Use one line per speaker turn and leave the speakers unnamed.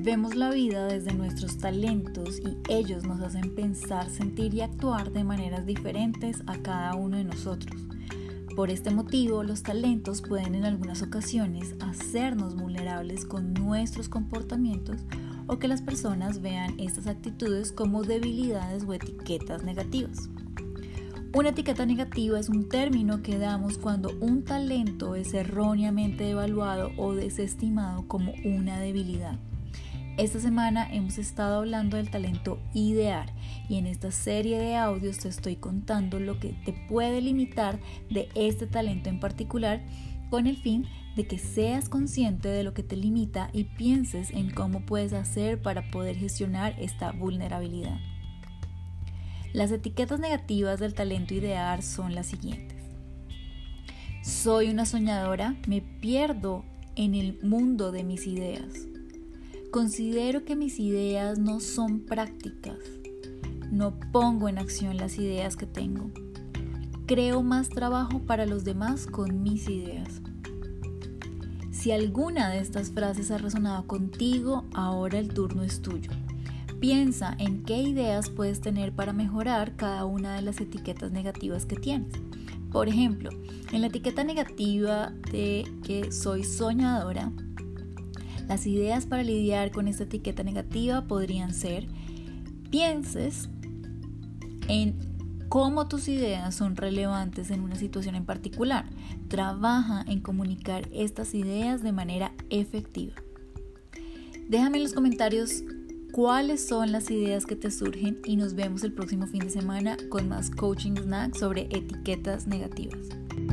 Vemos la vida desde nuestros talentos y ellos nos hacen pensar, sentir y actuar de maneras diferentes a cada uno de nosotros. Por este motivo, los talentos pueden en algunas ocasiones hacernos vulnerables con nuestros comportamientos o que las personas vean estas actitudes como debilidades o etiquetas negativas. Una etiqueta negativa es un término que damos cuando un talento es erróneamente evaluado o desestimado como una debilidad. Esta semana hemos estado hablando del talento idear y en esta serie de audios te estoy contando lo que te puede limitar de este talento en particular con el fin de que seas consciente de lo que te limita y pienses en cómo puedes hacer para poder gestionar esta vulnerabilidad. Las etiquetas negativas del talento idear son las siguientes. Soy una soñadora, me pierdo en el mundo de mis ideas. Considero que mis ideas no son prácticas. No pongo en acción las ideas que tengo. Creo más trabajo para los demás con mis ideas. Si alguna de estas frases ha resonado contigo, ahora el turno es tuyo. Piensa en qué ideas puedes tener para mejorar cada una de las etiquetas negativas que tienes. Por ejemplo, en la etiqueta negativa de que soy soñadora, las ideas para lidiar con esta etiqueta negativa podrían ser: pienses en cómo tus ideas son relevantes en una situación en particular. Trabaja en comunicar estas ideas de manera efectiva. Déjame en los comentarios cuáles son las ideas que te surgen y nos vemos el próximo fin de semana con más Coaching Snack sobre etiquetas negativas.